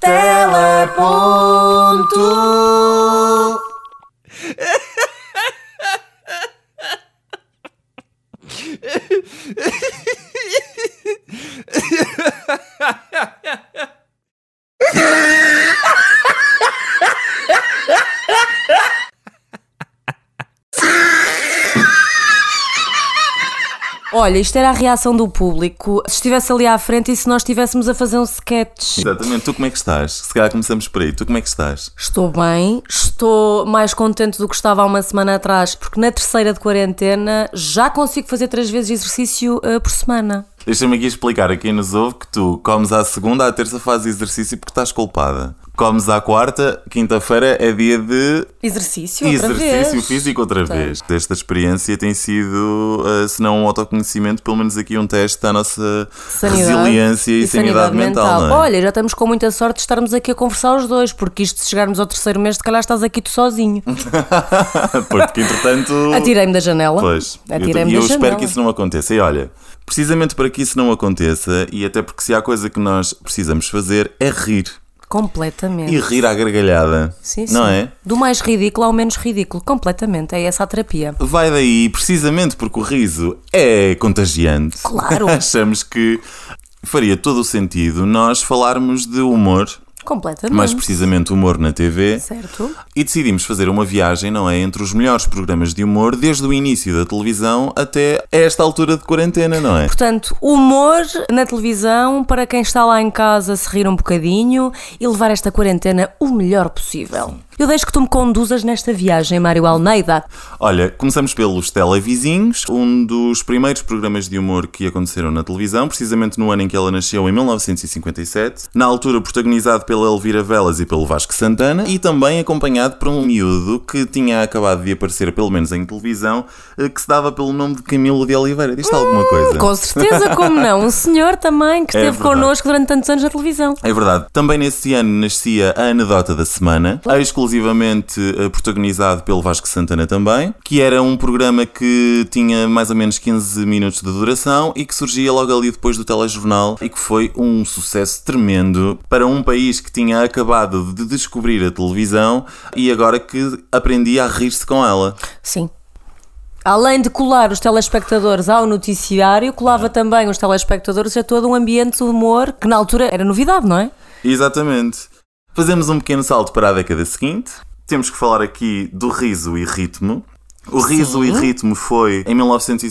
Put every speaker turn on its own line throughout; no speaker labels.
Teleponto.
Olha, isto era a reação do público. Se estivesse ali à frente e se nós estivéssemos a fazer um sketch.
Exatamente. Tu como é que estás? Se calhar começamos por aí. Tu como é que estás?
Estou bem, estou mais contente do que estava há uma semana atrás, porque na terceira de quarentena já consigo fazer 3 vezes exercício por semana.
Deixa-me aqui explicar a quem nos ouve que tu comes à segunda, à terça fazes exercício porque estás culpada. Comes à quarta, quinta-feira é dia de...
Exercício outra vez.
Exercício físico outra vez. Esta experiência tem sido, se não um autoconhecimento, pelo menos aqui um teste da nossa resiliência e sanidade mental. Não é?
Olha, já estamos com muita sorte de estarmos aqui a conversar os dois, porque isto, se chegarmos ao terceiro mês, se calhar estás aqui tu sozinho.
Porque, entretanto...
Atirei-me da janela.
Pois. E eu espero que isso não aconteça. E olha, precisamente para que isso não aconteça, e até porque se há coisa que nós precisamos fazer, é rir.
Completamente.
E rir à gargalhada.
Sim,
não
sim.
É?
Do mais ridículo ao menos ridículo. Completamente. É essa a terapia.
Vai daí, precisamente porque o riso é contagiante.
Claro.
Achamos que faria todo o sentido nós falarmos de humor.
Completamente.
Mais precisamente humor na TV.
Certo.
E decidimos fazer uma viagem, não é? Entre os melhores programas de humor desde o início da televisão até esta altura de quarentena, não é?
Portanto, humor na televisão para quem está lá em casa se rir um bocadinho e levar esta quarentena o melhor possível. Sim. Eu deixo que tu me conduzas nesta viagem, Mário Almeida.
Olha, começamos pelos Televizinhos, um dos primeiros programas de humor que aconteceram na televisão, precisamente no ano em que ela nasceu, em 1957. Na altura protagonizado pela Elvira Velas e pelo Vasco Santana, e também acompanhado por um miúdo que tinha acabado de aparecer, pelo menos em televisão, que se dava pelo nome de Camilo de Oliveira. Diz-te alguma coisa?
Com certeza, como não? Um senhor também que esteve connosco durante tantos anos na televisão.
É verdade. Também nesse ano nascia a Anedota da Semana, exclusivamente protagonizado pelo Vasco Santana também, que era um programa que tinha mais ou menos 15 minutos de duração e que surgia logo ali depois do telejornal e que foi um sucesso tremendo para um país que tinha acabado de descobrir a televisão e agora que aprendia a rir-se com ela.
Sim. Além de colar os telespectadores ao noticiário, colava também os telespectadores a todo um ambiente de humor que na altura era novidade, não é?
Exatamente. Fazemos um pequeno salto para a década seguinte. Temos que falar aqui do Riso e Ritmo. O Riso e Ritmo foi, em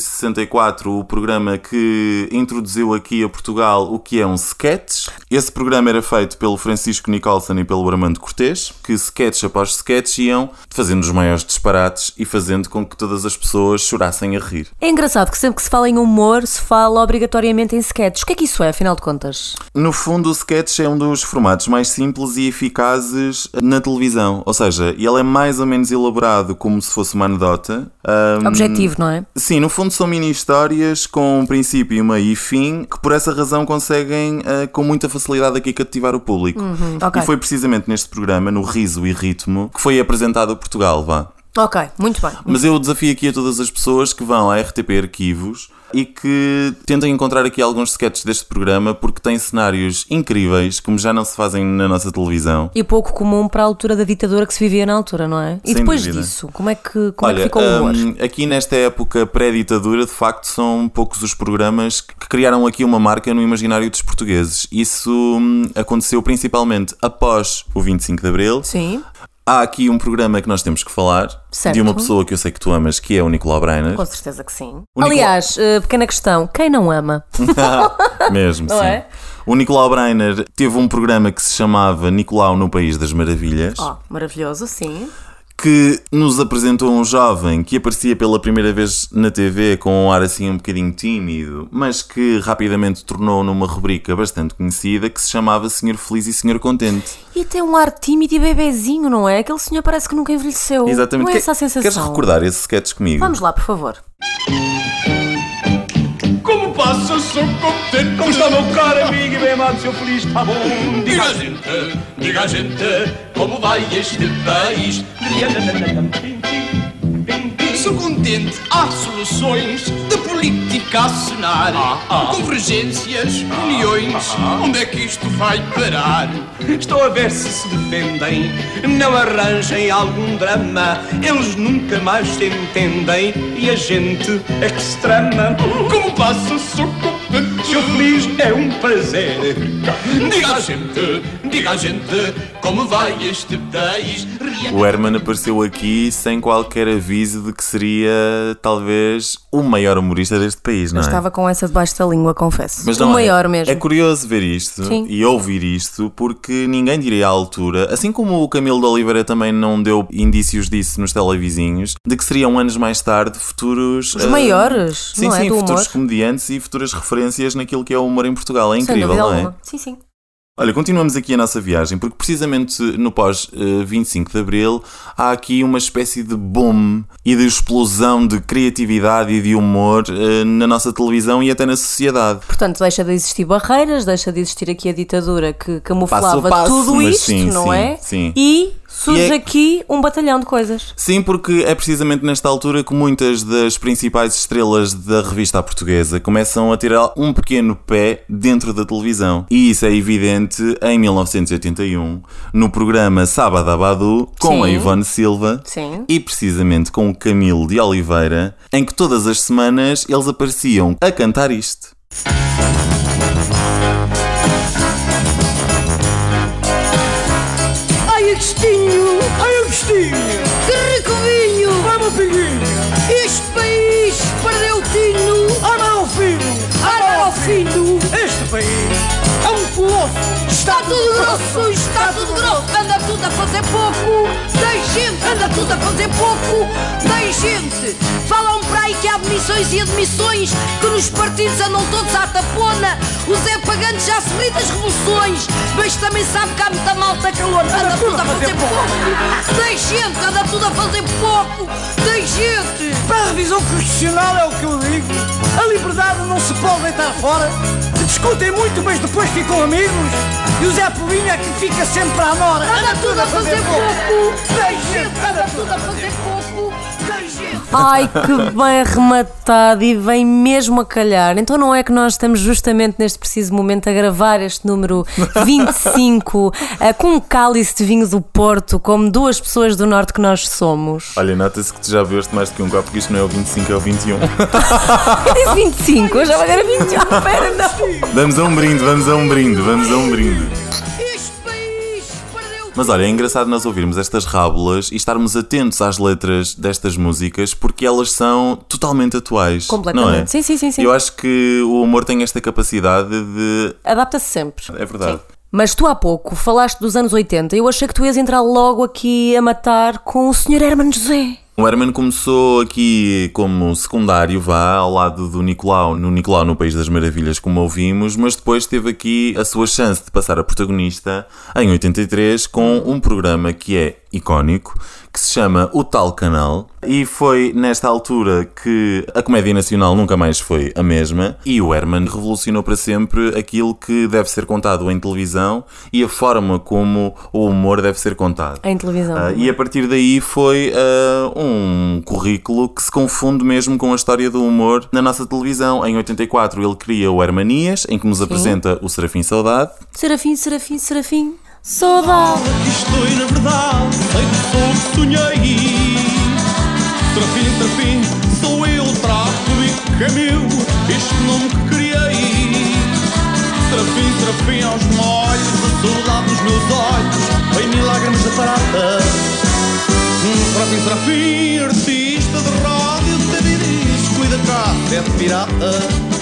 1964, o programa que introduziu aqui a Portugal o que é um sketch. Esse programa era feito pelo Francisco Nicolson e pelo Armando Cortês, que sketch após sketch iam fazendo os maiores disparates e fazendo com que todas as pessoas chorassem a rir.
É engraçado que sempre que se fala em humor, se fala obrigatoriamente em sketches. O que é que isso é, afinal de contas?
No fundo, o sketch é um dos formatos mais simples e eficazes na televisão. Ou seja, ele é mais ou menos elaborado como se fosse uma anedota.
Objetivo, não é?
Sim, no fundo são mini-histórias com um princípio, meio e fim, que por essa razão conseguem com muita facilidade aqui cativar o público.
Okay.
E foi precisamente neste programa, no Riso e Ritmo, que foi apresentado a Portugal, vá.
Ok, muito bem.
Mas eu desafio aqui a todas as pessoas que vão à RTP Arquivos e que tentem encontrar aqui alguns sketches deste programa, porque tem cenários incríveis, como já não se fazem na nossa televisão.
E pouco comum para a altura da ditadura que se vivia na altura, não é? E
sem
depois
dúvida.
disso, como é que ficou o humor?
Aqui nesta época pré-ditadura, de facto, são poucos os programas que criaram aqui uma marca no imaginário dos portugueses. Isso aconteceu principalmente após o 25 de Abril.
Sim.
Há aqui um programa que nós temos que falar,
certo,
de uma pessoa que eu sei que tu amas, que é o Nicolau Breiner.
Com certeza que sim. Aliás, pequena questão, quem não ama?
Mesmo,
não
sim.
É?
O Nicolau Breiner teve um programa que se chamava Nicolau no País das Maravilhas.
Oh, maravilhoso, sim.
Que nos apresentou um jovem que aparecia pela primeira vez na TV com um ar assim um bocadinho tímido, mas que rapidamente tornou numa rubrica bastante conhecida que se chamava Senhor Feliz e Senhor Contente.
E tem um ar tímido e bebezinho, não é? Aquele senhor parece que nunca envelheceu.
Exatamente.
Não é essa a sensação?
Queres recordar esse sketch comigo?
Vamos lá, por favor.
Como passa, sou contente. Como está, meu caro amigo e bem amado, seu feliz, está bom? Diga a gente, como vai este país? sou contente, há soluções de política a cenar. Convergências, uniões, onde é que isto vai parar? Estou a ver se defendem, não arranjem algum drama. Eles nunca mais se entendem e a gente é que se trama. Como passa, sou contente, sou feliz, é um prazer. Diga a gente, como vai este país?
O Herman apareceu aqui sem qualquer aviso de que seria, talvez, o maior humorista deste país, não é?
Eu estava com essa debaixo da língua, confesso.
Mas
o
não
maior
é.
mesmo.
É curioso ver isto
Sim.
e ouvir isto, porque ninguém diria à altura, assim como o Camilo de Oliveira também não deu indícios disso nos televizinhos, de que seriam anos mais tarde futuros...
Os maiores,
sim,
não é?
sim,
Do
futuros
humor.
comediantes e futuras referências naquilo que é o humor em Portugal. É
Sem
incrível,
dúvida
não é?
alguma. Sim, sim.
Olha, continuamos aqui a nossa viagem, porque precisamente no pós-25 de Abril há aqui uma espécie de boom e de explosão de criatividade e de humor na nossa televisão e até na sociedade.
Portanto, deixa de existir barreiras, deixa de existir aqui a ditadura que camuflava
Passo a passo,
tudo
mas
isto,
sim,
não
sim,
é?
sim.
E surge
E é-
aqui um batalhão de coisas.
Sim, porque é precisamente nesta altura que muitas das principais estrelas da revista portuguesa começam a tirar um pequeno pé dentro da televisão. E isso é evidente em 1981, no programa Sábado Abadu, com
Sim.
a Ivone Silva
Sim.
e precisamente com o Camilo de Oliveira, em que todas as semanas eles apareciam a cantar isto.
Ai, Agostinho!
Ai, Agostinho!
Que rico vinho!
Vai, meu filhinho!
Este país perdeu o tino!
Ai, meu filho!
Ai, meu filho!
Este país é um colosso!
Está tudo grosso! Está tudo grosso! Anda tudo a fazer pouco! Tem gente! Anda tudo a fazer pouco! Tem gente! Falam para aí que há demissões e admissões, que nos partidos andam todos à tapona. O Zé Pagante já se ri das revoluções, mas também sabe que há muita malta calor. Anda tudo a fazer pouco! Tem gente! Anda tudo a fazer pouco! Tem gente!
Para a revisão constitucional é o que eu digo. A liberdade não se pode deitar fora. Discutem muito, mas depois ficam amigos. E o Zé Povinho é que fica sempre à nora.
Anda tudo a fazer pouco! Tem gente! Anda tudo a fazer pouco! Tem gente!
Ai, que bem arrematado e vem mesmo a calhar. Então não é que nós estamos justamente neste preciso momento a gravar este número 25 com um cálice de vinho do Porto, como duas pessoas do Norte que nós somos.
Olha, nota-se que tu já bebeste mais do que um copo, porque isto não é o 25, é o 21.
Eu disse 25, eu já vai dar 20. Ah, pera, não.
Vamos a um brinde, vamos a um brinde, vamos a um brinde.
Este país perdeu o
Mas olha, é engraçado nós ouvirmos estas rábulas e estarmos atentos às letras destas músicas, porque elas são totalmente atuais.
Completamente.
Não é?
Sim, sim, sim, sim.
Eu acho que o humor tem esta capacidade de...
Adapta-se sempre.
É verdade.
Mas tu há pouco falaste dos anos 80 e eu achei que tu ias entrar logo aqui a matar com o Sr. Hermano José.
O Herman começou aqui como secundário, ao lado do Nicolau, no País das Maravilhas, como ouvimos, mas depois teve aqui a sua chance de passar a protagonista em 83 com um programa que é icónico, que se chama O Tal Canal, e foi nesta altura que a comédia nacional nunca mais foi a mesma, e o Herman revolucionou para sempre aquilo que deve ser contado em televisão e a forma como o humor deve ser contado.
Em televisão.
E a partir daí foi um currículo que se confunde mesmo com a história do humor na nossa televisão. Em 84 ele cria o Hermanias, em que nos apresenta o Serafim Saudade.
Serafim, Serafim, Serafim, saudade.
Isto foi na verdade, sei que sou o que sonhei. Serafim, Serafim, sou eu, trato e que é meu, este nome que criei. Serafim, Serafim, aos molhos, a saudade nos meus olhos, em milagres da parada. Serafim, Serafim, artista de rádio, te diz, cuida cá, é de pirata.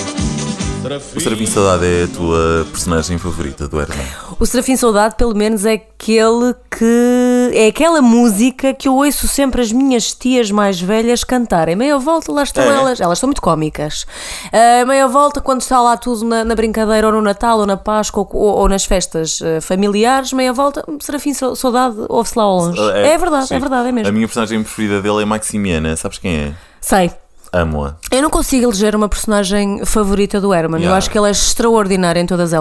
O Serafim Saudade é a tua personagem favorita do Herman?
O Serafim Saudade, pelo menos, é aquele que... é aquela música que eu ouço sempre as minhas tias mais velhas cantarem. Meia volta, lá estão elas. Elas são muito cómicas. Meia volta, quando está lá tudo na brincadeira, ou no Natal, ou na Páscoa, ou nas festas familiares, meia volta, Serafim Saudade ouve-se lá ao longe. É verdade,
sim.
é verdade, é mesmo.
A minha personagem preferida dele é Maximiana. Sabes quem é?
Sei.
Amo-a.
Eu não consigo eleger uma personagem favorita do Herman. Eu
Yeah.
acho que ele é extraordinário em todas elas.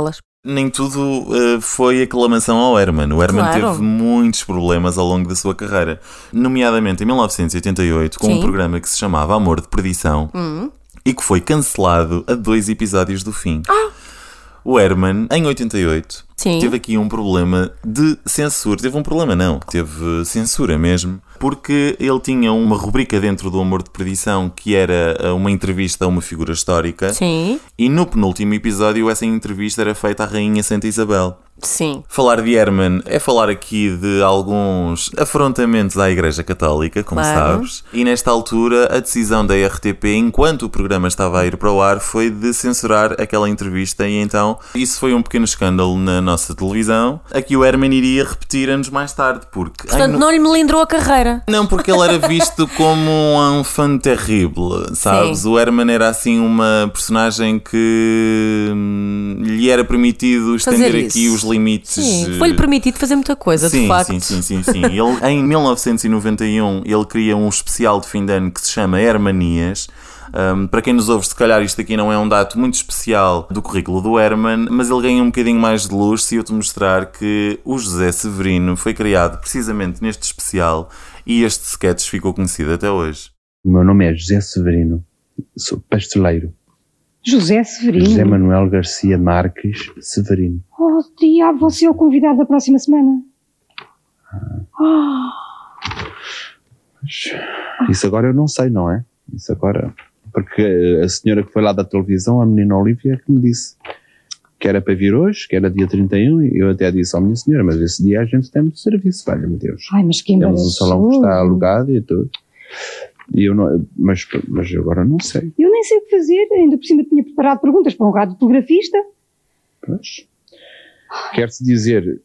Nem tudo foi aclamação ao Herman. O Herman teve muitos problemas ao longo da sua carreira. Nomeadamente em 1988, com um programa que se chamava Amor de Perdição e que foi cancelado a 2 episódios do fim. O Herman, em 88, teve aqui um problema de censura. Teve um problema, não. Teve censura mesmo. Porque ele tinha uma rubrica dentro do Amor de Perdição que era uma entrevista a uma figura histórica.
Sim.
E no penúltimo episódio essa entrevista era feita à Rainha Santa Isabel.
Sim.
Falar de Herman é falar aqui de alguns afrontamentos à Igreja Católica, como sabes. E nesta altura a decisão da RTP, enquanto o programa estava a ir para o ar, foi de censurar aquela entrevista. E então isso foi um pequeno escândalo na nossa televisão. Aqui o Herman iria repetir anos mais tarde. Porque,
portanto, não lhe melindrou a carreira.
Não, porque ele era visto como um enfant terrible, sabes? Sim. O Herman era assim uma personagem que lhe era permitido estender aqui os limites.
Sim, foi-lhe permitido fazer muita coisa, de facto.
Sim. Ele, em 1991, ele cria um especial de fim de ano que se chama Hermanias. Para quem nos ouve, se calhar isto aqui não é um dado muito especial do currículo do Herman, mas ele ganha um bocadinho mais de luz se eu te mostrar que o José Severino foi criado precisamente neste especial e este sketch ficou conhecido até hoje.
O meu nome é José Severino, sou pasteleiro.
José Severino?
José Manuel Garcia Marques Severino.
Oh, diabo, você é o convidado da próxima semana.
Isso agora eu não sei, não é? Isso agora... Porque a senhora que foi lá da televisão, a menina Olívia, que me disse que era para vir hoje, que era dia 31, e eu até disse, minha senhora, mas esse dia a gente tem muito serviço, valha-me Deus.
Ai, mas que
temos um salão que está alugado e tudo. E eu não, mas agora não sei.
Eu nem sei o que fazer, ainda por cima tinha preparado perguntas para um radiotelegrafista.
Pois. Quer-se dizer,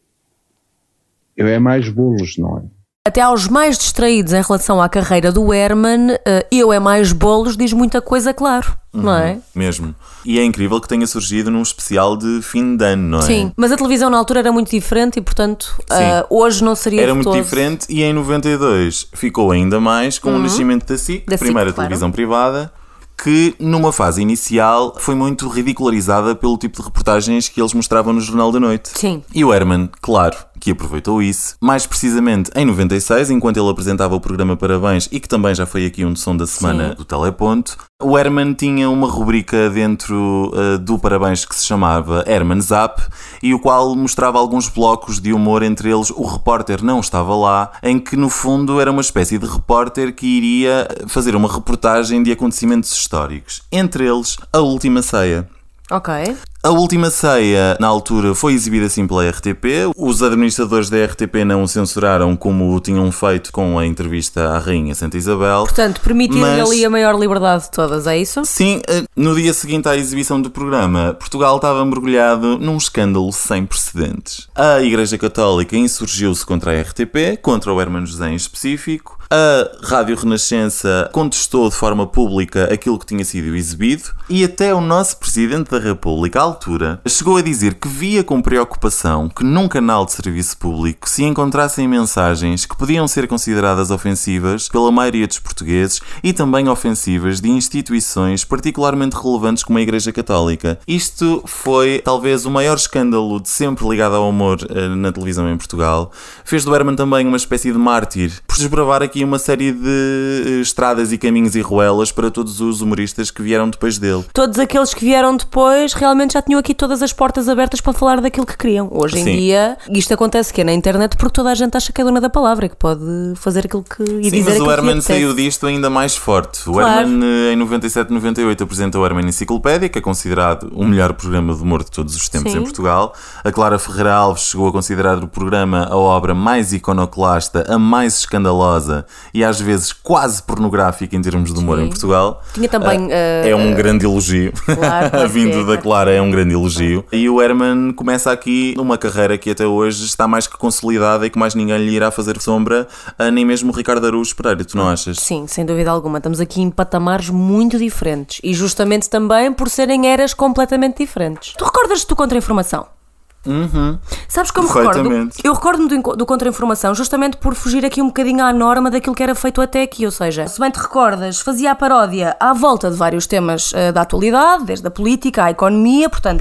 eu é mais bolos, não é?
Até aos mais distraídos em relação à carreira do Herman, eu é mais bolos, diz muita coisa, claro, não é?
Mesmo. E é incrível que tenha surgido num especial de fim de ano, não é?
Sim, mas a televisão na altura era muito diferente e, portanto, hoje não seria
era muito diferente e em 92 ficou ainda mais com o nascimento da SIC, primeira televisão privada, que numa fase inicial foi muito ridicularizada pelo tipo de reportagens que eles mostravam no Jornal da Noite.
Sim.
E o Herman, claro, que aproveitou isso. Mais precisamente em 96, enquanto ele apresentava o programa Parabéns e que também já foi aqui um som da semana do Teleponto, o Herman tinha uma rubrica dentro do Parabéns que se chamava Herman Zap e o qual mostrava alguns blocos de humor, entre eles O Repórter Não Estava Lá, em que no fundo era uma espécie de repórter que iria fazer uma reportagem de acontecimentos históricos. Entre eles, A Última Ceia.
Ok.
A Última Ceia, na altura, foi exibida assim pela RTP. Os administradores da RTP não o censuraram como o tinham feito com a entrevista à Rainha Santa Isabel.
Portanto, permitiram-lhe ali a maior liberdade de todas, é isso?
Sim, no dia seguinte à exibição do programa, Portugal estava mergulhado num escândalo sem precedentes. A Igreja Católica insurgiu-se contra a RTP, contra o Hermano José em específico. A Rádio Renascença contestou de forma pública aquilo que tinha sido exibido e até o nosso Presidente da República, à altura, chegou a dizer que via com preocupação que num canal de serviço público se encontrassem mensagens que podiam ser consideradas ofensivas pela maioria dos portugueses e também ofensivas de instituições particularmente relevantes como a Igreja Católica. Isto foi talvez o maior escândalo de sempre ligado ao humor na televisão em Portugal. Fez do Herman também uma espécie de mártir por desbravar aqui uma série de estradas e caminhos e ruelas para todos os humoristas que vieram depois dele.
Todos aqueles que vieram depois realmente já tinham aqui todas as portas abertas para falar daquilo que queriam. Hoje em dia, isto acontece que é na internet porque toda a gente acha que é dona da palavra e que pode fazer aquilo que e dizer aquilo que
mas o Herman
apetece.
Saiu disto ainda mais forte. O Herman, em 97, 98, apresentou o Herman Enciclopédia, que é considerado o melhor programa de humor de todos os tempos em Portugal. A Clara Ferreira Alves chegou a considerar o programa a obra mais iconoclasta, a mais escandalosa e às vezes quase pornográfica em termos de humor em Portugal.
Tinha também...
é um grande elogio.
Claro,
a vinda da Clara é um grande elogio. E o Herman começa aqui uma carreira que até hoje está mais que consolidada e que mais ninguém lhe irá fazer sombra, nem mesmo o Ricardo Araújo Pereira, tu não achas?
Sim, sem dúvida alguma. Estamos aqui em patamares muito diferentes e justamente também por serem eras completamente diferentes. Tu recordas-te do Contra-Informação? Sabes como recordo? Eu recordo-me do Contra-Informação justamente por fugir aqui um bocadinho à norma daquilo que era feito até aqui, ou seja, se bem te recordas, fazia a paródia à volta de vários temas da atualidade, desde a política à economia, portanto,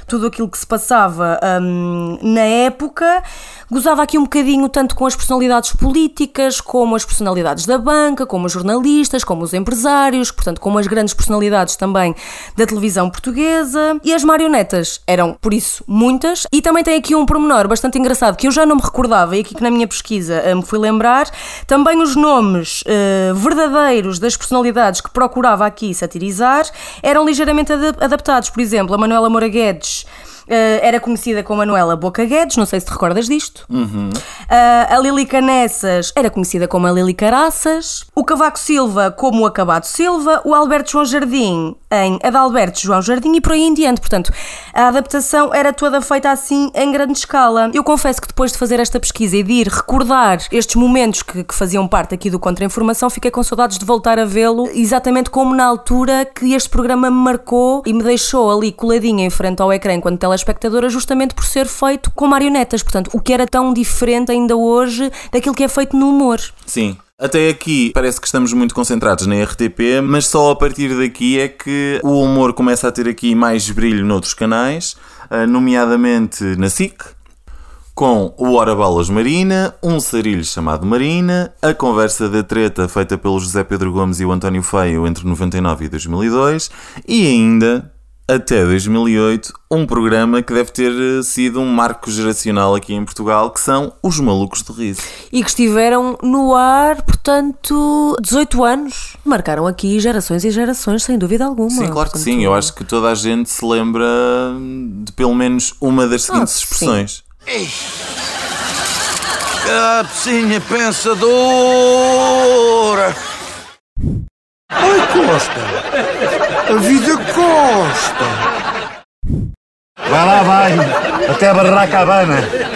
tudo aquilo que se passava na época. Gozava aqui um bocadinho tanto com as personalidades políticas, como as personalidades da banca, como os jornalistas, como os empresários, portanto, como as grandes personalidades também da televisão portuguesa. E as marionetas eram, por isso, muitas. E também tem aqui um pormenor bastante engraçado que eu já não me recordava e aqui que na minha pesquisa me fui lembrar. Também os nomes verdadeiros das personalidades que procurava aqui satirizar eram ligeiramente adaptados. Por exemplo, a Manuela Moura Guedes era conhecida como Manuela Boca Guedes, não sei se te recordas disto. A Lili Canessas era conhecida como a Lili Caraças, o Cavaco Silva como o Acabado Silva, o Alberto João Jardim em Adalberto João Jardim e por aí em diante. Portanto, a adaptação era toda feita assim em grande escala. Eu confesso que depois de fazer esta pesquisa e de ir recordar estes momentos que faziam parte aqui do Contra-Informação, fiquei com saudades de voltar a vê-lo, exatamente como na altura que este programa me marcou e me deixou ali coladinha em frente ao ecrã enquanto telespectadora, justamente por ser feito com marionetas. Portanto, o que era tão diferente ainda hoje daquilo que é feito no humor.
Sim. Até aqui parece que estamos muito concentrados na RTP, mas só a partir daqui é que o humor começa a ter aqui mais brilho noutros canais, nomeadamente na SIC, com o Ora Balas Marina, um sarilho chamado Marina, a conversa da treta feita pelo José Pedro Gomes e o António Feio entre 99 e 2002, e ainda, até 2008, um programa que deve ter sido um marco geracional aqui em Portugal, que são os Malucos do Riso.
E que estiveram no ar, portanto, 18 anos. Marcaram aqui gerações e gerações, sem dúvida alguma.
Sim, claro que sim. Eu acho que toda a gente se lembra de pelo menos uma das seguintes expressões.
Ei, cabecinha pensadora!
Ai, Costa! A vida Costa!
Vai lá, vai! Até a Barraca Habana!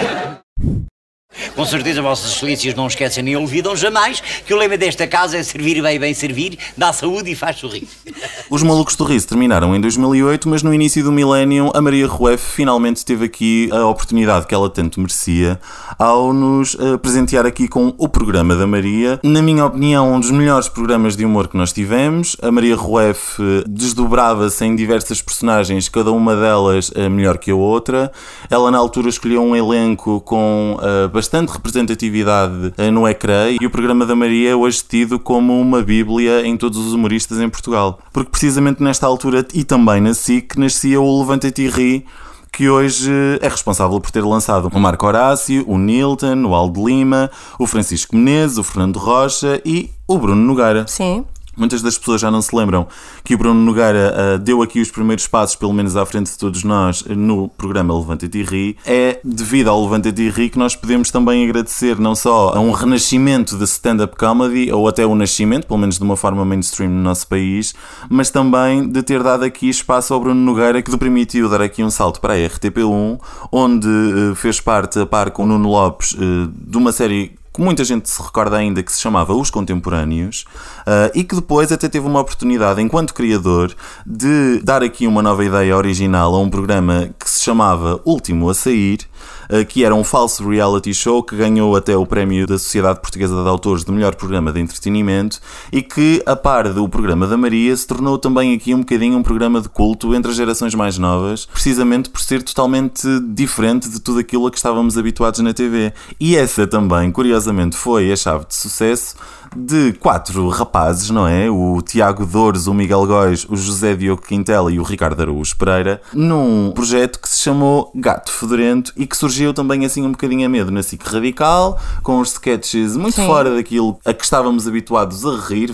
Com certeza vossas excelências não esquecem nem olvidam jamais que o lema desta casa é servir bem, bem servir, dá saúde e faz sorrir.
Os Malucos do Riso terminaram em 2008, mas no início do milénio a Maria Rueff finalmente teve aqui a oportunidade que ela tanto merecia ao nos presentear aqui com o programa da Maria. Na minha opinião, um dos melhores programas de humor que nós tivemos. A Maria Rueff desdobrava-se em diversas personagens, cada uma delas melhor que a outra. Ela na altura escolheu um elenco com bastante representatividade no ecrã, e o programa da Maria é hoje tido como uma bíblia em todos os humoristas em Portugal, porque precisamente nesta altura e também na SIC nascia o Levanta-te e Ri, que hoje é responsável por ter lançado o Marco Horácio, o Nilton, o Aldo Lima, o Francisco Menezes, o Fernando Rocha e o Bruno Nogueira.
Sim.
Muitas das pessoas já não se lembram que o Bruno Nogueira deu aqui os primeiros passos, pelo menos à frente de todos nós, no programa Levanta-te e Ri. É devido ao Levanta-te e Ri que nós podemos também agradecer não só a um renascimento de stand-up comedy, ou até o nascimento, pelo menos de uma forma mainstream no nosso país, mas também de ter dado aqui espaço ao Bruno Nogueira, que lhe permitiu dar aqui um salto para a RTP1, onde fez parte, a par com o Nuno Lopes, de uma série que muita gente se recorda ainda, que se chamava Os Contemporâneos, e que depois até teve uma oportunidade, enquanto criador, de dar aqui uma nova ideia original a um programa que se chamava Último a Sair, que era um falso reality show que ganhou até o prémio da Sociedade Portuguesa de Autores de melhor programa de entretenimento, e que, a par do programa da Maria, se tornou também aqui um bocadinho um programa de culto entre as gerações mais novas, precisamente por ser totalmente diferente de tudo aquilo a que estávamos habituados na TV. E essa também, curiosamente, foi a chave de sucesso de 4 rapazes, não é? O Tiago Dores, o Miguel Góis, o José Diogo Quintela e o Ricardo Araújo Pereira, num projeto que se chamou Gato Fedorento e que surgiu também assim um bocadinho a medo na SIC Radical, com os sketches muito fora daquilo a que estávamos habituados a rir,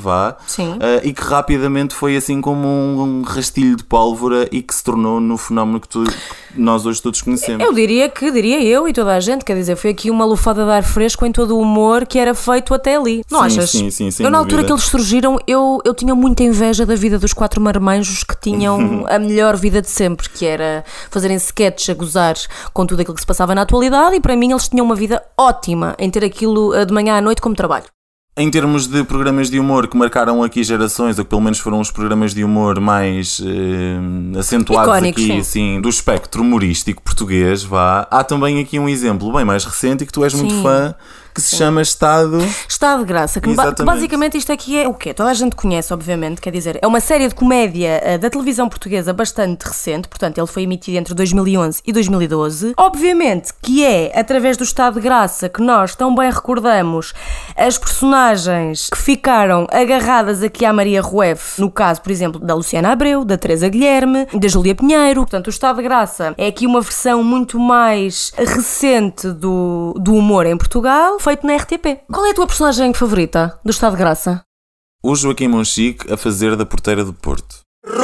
e que rapidamente foi assim como um rastilho de pólvora e que se tornou no fenómeno que nós hoje todos conhecemos.
Eu diria eu e toda a gente, quer dizer, foi aqui uma lufada de ar fresco em todo o humor que era feito até ali. Não achas?
Sim,
eu na altura que eles surgiram, eu tinha muita inveja da vida dos 4 marmanjos que tinham a melhor vida de sempre, que era fazerem sketches a gozar com tudo aquilo que se passava na atualidade, e para mim eles tinham uma vida ótima em ter aquilo de manhã à noite como trabalho.
Em termos de programas de humor que marcaram aqui gerações, ou que pelo menos foram os programas de humor mais acentuados
icónicos,
aqui, sim, do espectro humorístico português, há também aqui um exemplo bem mais recente e que tu és muito fã, que se chama Estado
de Graça, que basicamente isto aqui é o quê? Toda a gente conhece, obviamente, quer dizer, é uma série de comédia da televisão portuguesa bastante recente, portanto ele foi emitido entre 2011 e 2012. Obviamente que é através do Estado de Graça que nós tão bem recordamos as personagens que ficaram agarradas aqui à Maria Rueff, no caso, por exemplo, da Luciana Abreu, da Teresa Guilherme, da Júlia Pinheiro. Portanto, o Estado de Graça é aqui uma versão muito mais recente do humor em Portugal, feito na RTP. Qual é a tua personagem favorita do Estado de Graça?
O Joaquim Monchique a fazer da porteira do Porto.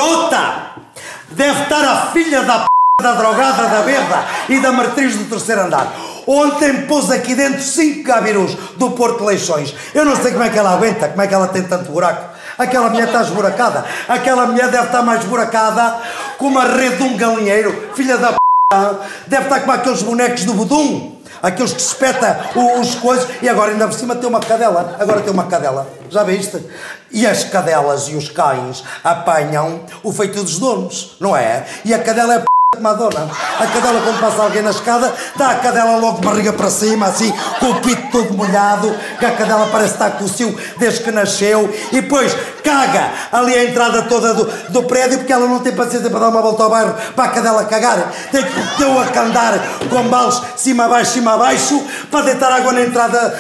Rota! Deve estar a filha da da drogada, da bêbada e da matriz do terceiro andar. Ontem pôs aqui dentro 5 gabirus do Porto de Leixões. Eu não sei como é que ela aguenta, como é que ela tem tanto buraco. Aquela mulher está esburacada. Aquela mulher deve estar mais esburacada com uma rede de um galinheiro. Filha da deve estar como aqueles bonecos do Budum. Aqueles que se espeta os coisas. E agora ainda por cima tem uma cadela. Agora tem uma cadela. Já viste? E as cadelas e os cães apanham o feito dos donos, não é? E a cadela é Madonna. A cadela, quando passa alguém na escada, dá a cadela logo de barriga para cima, assim, com o pito todo molhado, que a cadela parece estar com o cio desde que nasceu, e depois caga ali a entrada toda do prédio, porque ela não tem paciência para dar uma volta ao bairro para a cadela cagar. Tem que ter-o a candar com balos cima abaixo, para deitar água na entrada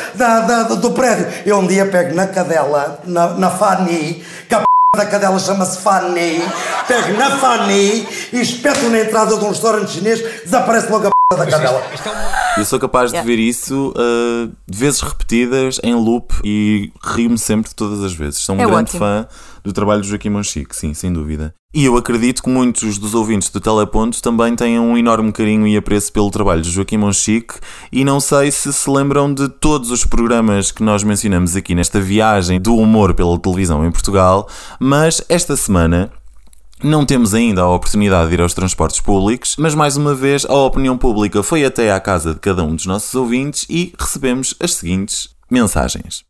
do prédio. Eu um dia pego na cadela, na Fanny, que a da cadela chama-se Fanny, pego na Fanny e espeto na entrada de um restaurante chinês, desaparece logo a da cadela.
Eu sou capaz de ver isso de vezes repetidas, em loop, e rio-me sempre todas as vezes. Sou um grande fã do trabalho de Joaquim Monchique, sim, sem dúvida. E eu acredito que muitos dos ouvintes do Teleponto também têm um enorme carinho e apreço pelo trabalho de Joaquim Monchique, e não sei se lembram de todos os programas que nós mencionamos aqui nesta viagem do humor pela televisão em Portugal, mas esta semana não temos ainda a oportunidade de ir aos transportes públicos, mas mais uma vez a opinião pública foi até à casa de cada um dos nossos ouvintes e recebemos as seguintes mensagens.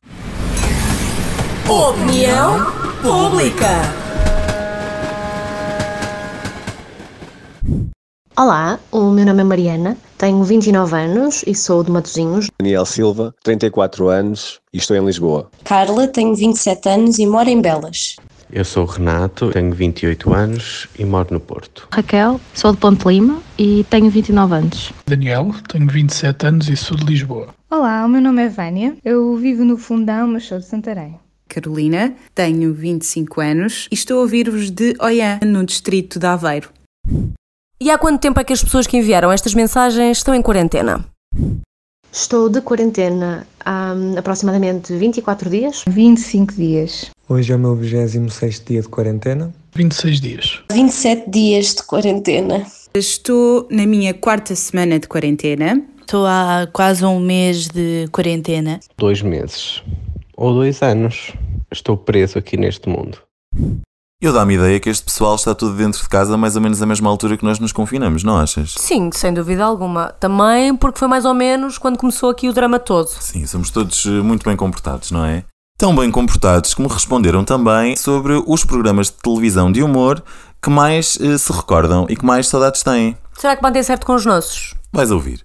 Opinião pública.
Olá, o meu nome é Mariana, tenho 29 anos e sou de Matosinhos.
Daniel Silva, 34 anos e estou em Lisboa.
Carla, tenho 27 anos e moro em Belas.
Eu sou o Renato, tenho 28 anos e moro no Porto.
Raquel, sou de Ponte Lima e tenho 29 anos.
Daniel, tenho 27 anos e sou de Lisboa.
Olá, o meu nome é Vânia, eu vivo no Fundão, mas sou de Santarém.
Carolina, tenho 25 anos e estou a ouvir-vos de Oiã, no distrito de Aveiro.
E há quanto tempo é que as pessoas que enviaram estas mensagens estão em quarentena?
Estou de quarentena há aproximadamente 24 dias.
25 dias.
Hoje é o meu 26º dia de quarentena.
26 dias.
27 dias de quarentena.
Estou na minha 4ª semana de quarentena.
Estou há quase um mês de quarentena.
2 meses. Ou 2 anos. Estou preso aqui neste mundo.
Eu dá-me ideia que este pessoal está tudo dentro de casa mais ou menos à mesma altura que nós nos confinamos, não achas?
Sim, sem dúvida alguma. Também porque foi mais ou menos quando começou aqui o drama todo.
Sim, somos todos muito bem comportados, não é? Tão bem comportados que me responderam também sobre os programas de televisão de humor que mais se recordam e que mais saudades têm.
Será que batem certo com os nossos?
Vais ouvir.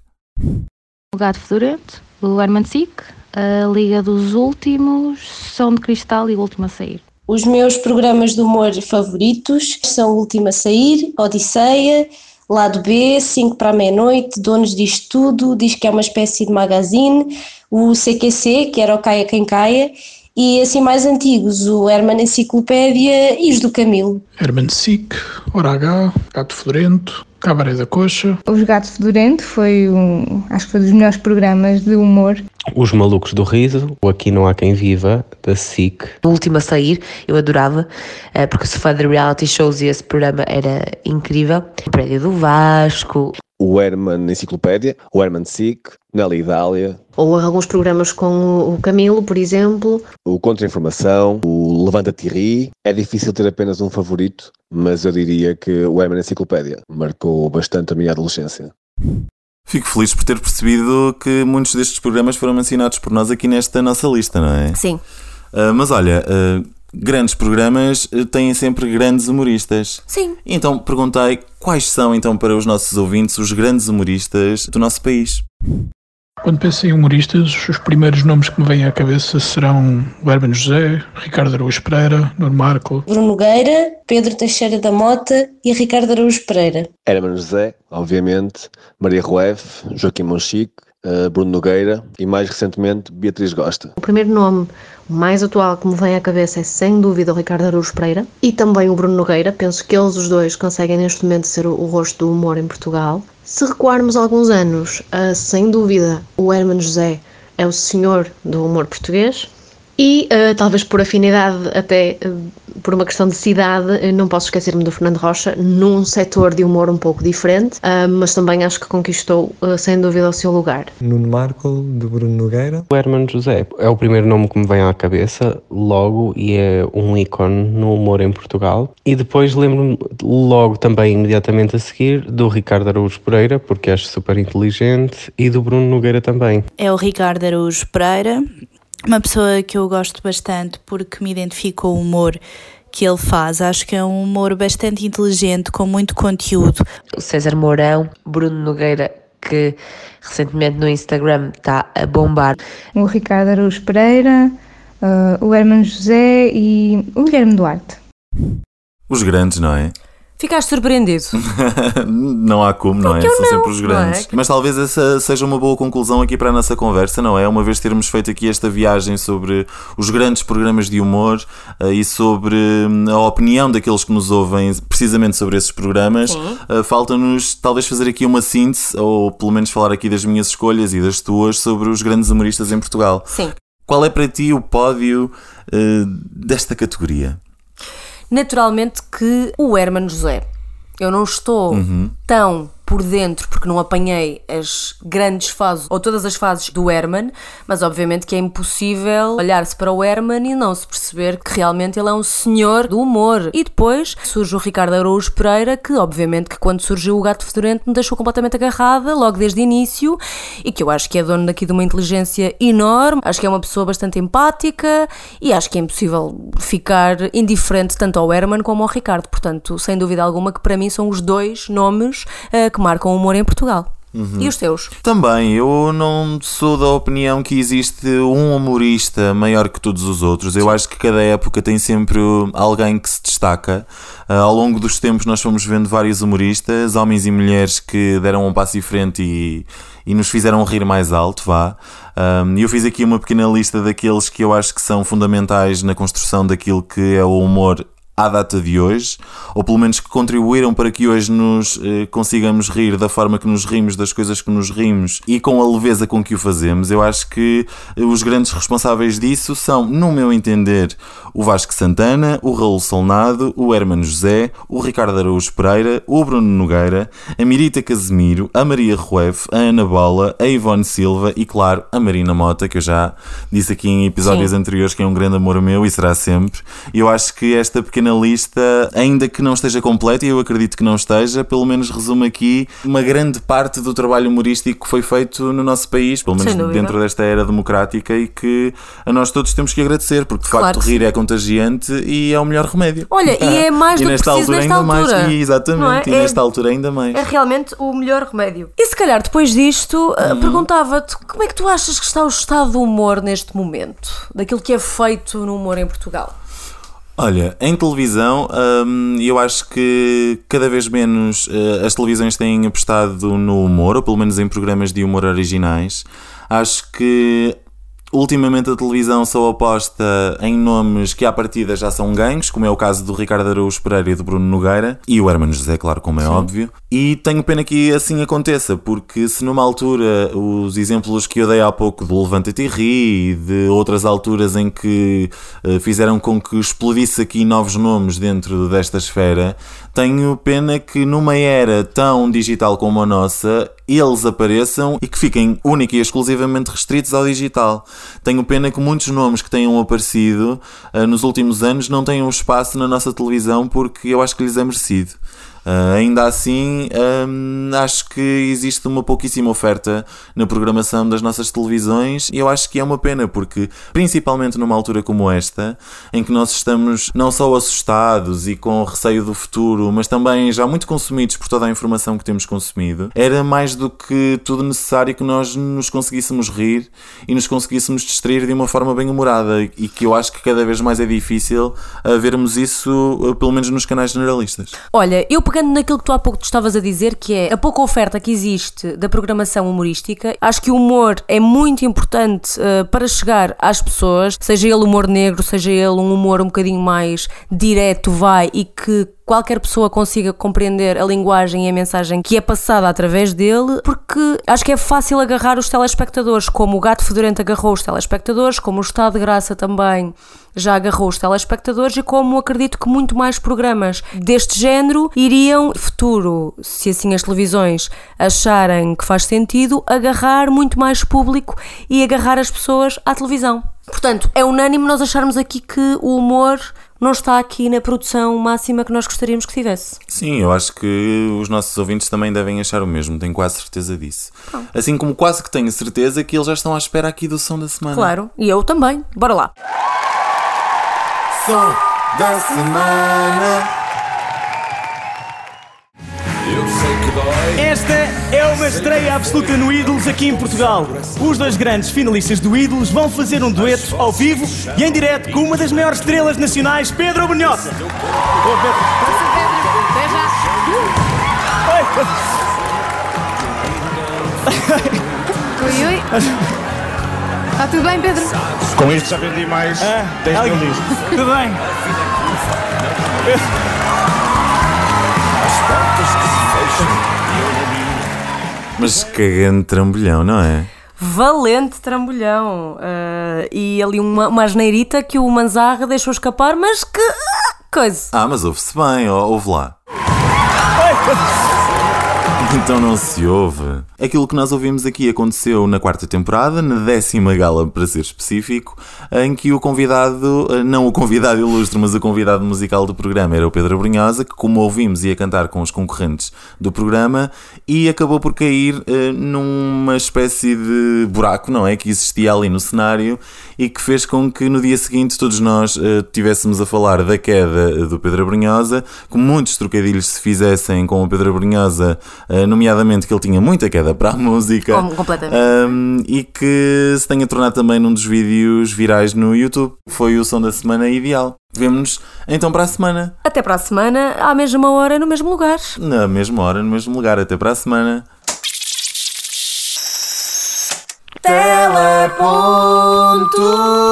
O Gato Fedorento, o Herman Sick, a Liga dos Últimos, Som de Cristal e o Último a Sair.
Os meus programas de humor favoritos são O Último a Sair, Odisseia, Lado B, 5 para a meia-noite, Donos disto Tudo, diz que é uma espécie de magazine, o CQC, que era o Caia Quem Caia, e assim mais antigos, o Herman Enciclopédia e os do Camilo.
Herman Sick, Hora H, Gato Fedorento, Cabaré da Coxa.
Os Gato Fedorento foi acho que foi dos melhores programas de humor.
Os Malucos do Riso, o Aqui Não Há Quem Viva, da SIC.
O Último a Sair, eu adorava, porque sou fã de reality shows e esse programa era incrível. O Prédio do Vasco.
O Herman Enciclopédia, o Herman Sick, Nelly e Dália.
Ou alguns programas com o Camilo, por exemplo.
O Contra-Informação, o Levanta-te e Ri. É difícil ter apenas um favorito, mas eu diria que o Herman Enciclopédia marcou bastante a minha adolescência.
Fico feliz por ter percebido que muitos destes programas foram mencionados por nós aqui nesta nossa lista, não é?
Sim.
Mas olha, grandes programas têm sempre grandes humoristas.
Sim.
Então perguntei quais são então para os nossos ouvintes os grandes humoristas do nosso país.
Quando penso em humoristas, os primeiros nomes que me vêm à cabeça serão o Hermano José, Ricardo Araújo Pereira, Nuno Marco,
Bruno Nogueira, Pedro Teixeira da Mota e Ricardo Araújo Pereira.
Hermano José, obviamente, Maria Rueff, Joaquim Monchique, Bruno Nogueira e mais recentemente Beatriz Gosta.
O primeiro nome mais atual que me vem à cabeça é sem dúvida o Ricardo Araújo Pereira e também o Bruno Nogueira. Penso que eles os dois conseguem neste momento ser o rosto do humor em Portugal. Se recuarmos alguns anos, sem dúvida o Hermano José é o senhor do humor português. E talvez por afinidade, até por uma questão de cidade, não posso esquecer-me do Fernando Rocha, num setor de humor um pouco diferente, mas também acho que conquistou sem dúvida o seu lugar.
Nuno Marco, de Bruno Nogueira.
O Hermano José é o primeiro nome que me vem à cabeça logo e é um ícone no humor em Portugal. E depois lembro-me logo também, imediatamente a seguir, do Ricardo Araújo Pereira, porque acho super inteligente, e do Bruno Nogueira também.
É o Ricardo Araújo Pereira. Uma pessoa que eu gosto bastante porque me identifico com o humor que ele faz. Acho que é um humor bastante inteligente, com muito conteúdo.
O César Mourão, Bruno Nogueira, que recentemente no Instagram está a bombar.
O Ricardo Araújo Pereira, o Hermano José e o Guilherme Duarte.
Os grandes, não é?
Ficaste surpreendido?
Não há como, não é? São sempre os grandes.
É?
Mas talvez essa seja uma boa conclusão aqui para a nossa conversa, não é? Uma vez termos feito aqui esta viagem sobre os grandes programas de humor e sobre a opinião daqueles que nos ouvem precisamente sobre esses programas, falta-nos talvez fazer aqui uma síntese, ou pelo menos falar aqui das minhas escolhas e das tuas sobre os grandes humoristas em Portugal.
Sim.
Qual é para ti o pódio desta categoria?
Naturalmente que o Hermano José. Eu não estou tão por dentro porque não apanhei as grandes fases ou todas as fases do Herman, mas obviamente que é impossível olhar-se para o Herman e não se perceber que realmente ele é um senhor do humor. E depois surge o Ricardo Araújo Pereira, que obviamente que quando surgiu o Gato Fedorento me deixou completamente agarrada logo desde o início e que eu acho que é dono daqui de uma inteligência enorme, acho que é uma pessoa bastante empática e acho que é impossível ficar indiferente tanto ao Herman como ao Ricardo. Portanto, sem dúvida alguma que para mim são os dois nomes que marcam o humor em Portugal. E os teus?
Também, eu não sou da opinião que existe um humorista maior que todos os outros. Eu acho que cada época tem sempre alguém que se destaca. Ao longo dos tempos nós fomos vendo vários humoristas, homens e mulheres que deram um passo em frente e nos fizeram rir mais alto, vá. Eu fiz aqui uma pequena lista daqueles que eu acho que são fundamentais na construção daquilo que é o humor à data de hoje, ou pelo menos que contribuíram para que hoje nos consigamos rir da forma que nos rimos, das coisas que nos rimos e com a leveza com que o fazemos. Eu acho que os grandes responsáveis disso são, no meu entender, o Vasco Santana, o Raul Solnado, o Hermano José, o Ricardo Araújo Pereira, o Bruno Nogueira, a Mirita Casemiro, a Maria Rueff, a Ana Bola, a Ivone Silva e, claro, a Marina Mota, que eu já disse aqui em episódios anteriores que é um grande amor meu e será sempre. Eu acho que esta pequena lista, ainda que não esteja completa, e eu acredito que não esteja, pelo menos resume aqui uma grande parte do trabalho humorístico que foi feito no nosso país, pelo menos dentro desta era democrática, e que a nós todos temos que agradecer, porque de facto rir é contagiante e é o melhor remédio.
Olha, e é mais do que preciso nesta altura.
Exatamente, e nesta altura ainda mais.
É realmente o melhor remédio. E se calhar depois disto, perguntava-te como é que tu achas que está o estado do humor neste momento, daquilo que é feito no humor em Portugal?
Olha, em televisão, eu acho que cada vez menos as televisões têm apostado no humor, ou pelo menos em programas de humor originais. Acho que ultimamente a televisão só aposta em nomes que à partida já são ganhos, como é o caso do Ricardo Araújo Pereira e do Bruno Nogueira, e o Hermano José, claro, como é óbvio. E tenho pena que assim aconteça, porque se numa altura os exemplos que eu dei há pouco do Levanta-te e Ri e de outras alturas em que fizeram com que explodisse aqui novos nomes dentro desta esfera, tenho pena que numa era tão digital como a nossa eles apareçam e que fiquem única e exclusivamente restritos ao digital. Tenho pena que muitos nomes que tenham aparecido nos últimos anos não tenham espaço na nossa televisão, porque eu acho que lhes é merecido. Ainda assim, acho que existe uma pouquíssima oferta na programação das nossas televisões e eu acho que é uma pena porque, principalmente numa altura como esta, em que nós estamos não só assustados e com receio do futuro, mas também já muito consumidos por toda a informação que temos consumido, era mais do que tudo necessário que nós nos conseguíssemos rir e nos conseguíssemos distrair de uma forma bem humorada e que eu acho que cada vez mais é difícil vermos isso, pelo menos nos canais generalistas.
Olha, eu pegando naquilo que tu há pouco estavas a dizer, que é a pouca oferta que existe da programação humorística, acho que o humor é muito importante para chegar às pessoas, seja ele humor negro, seja ele um humor um bocadinho mais direto, e que qualquer pessoa consiga compreender a linguagem e a mensagem que é passada através dele, porque acho que é fácil agarrar os telespectadores, como o Gato Fedorento agarrou os telespectadores, como o Estado de Graça também já agarrou os telespectadores e como acredito que muito mais programas deste género iriam, no futuro, se assim as televisões acharem que faz sentido, agarrar muito mais público e agarrar as pessoas à televisão. Portanto, é unânime nós acharmos aqui que o humor não está aqui na produção máxima que nós gostaríamos que tivesse.
Sim, eu acho que os nossos ouvintes também devem achar o mesmo, tenho quase certeza disso. Assim como quase que tenho certeza que eles já estão à espera aqui do Som da Semana.
Claro, e eu também. Bora lá.
Som da Semana.
Esta é uma estreia absoluta no Ídolos aqui em Portugal. Os dois grandes finalistas do Ídolos vão fazer um dueto ao vivo e em direto com uma das maiores estrelas nacionais, Pedro Brunhosa.
Oi, oi. Está tudo bem, Pedro?
Com isto já vendi mais 10 mil discos.
Tudo bem.
Mas que grande trambolhão, não é?
Valente trambolhão. E ali uma asneirita que o Manzarra deixou escapar, mas que coisa.
Mas ouve-se bem, ouve lá. Então não se ouve. Aquilo que nós ouvimos aqui aconteceu na 4ª temporada, na 10ª gala para ser específico, em que o convidado, não o convidado ilustre, mas o convidado musical do programa era o Pedro Brunhosa, que, como ouvimos, ia cantar com os concorrentes do programa e acabou por cair numa espécie de buraco, não é? Que existia ali no cenário e que fez com que no dia seguinte todos nós estivéssemos a falar da queda do Pedro Brunhosa, que muitos trocadilhos se fizessem com o Pedro Brunhosa, nomeadamente que ele tinha muita queda para a música,
completamente.
E que se tenha tornado também num dos vídeos virais no YouTube. Foi o Som da Semana ideal. Vemo-nos então para a semana.
Até para a semana, à mesma hora, no mesmo lugar.
Na mesma hora, no mesmo lugar. Até para a semana. Teleponto.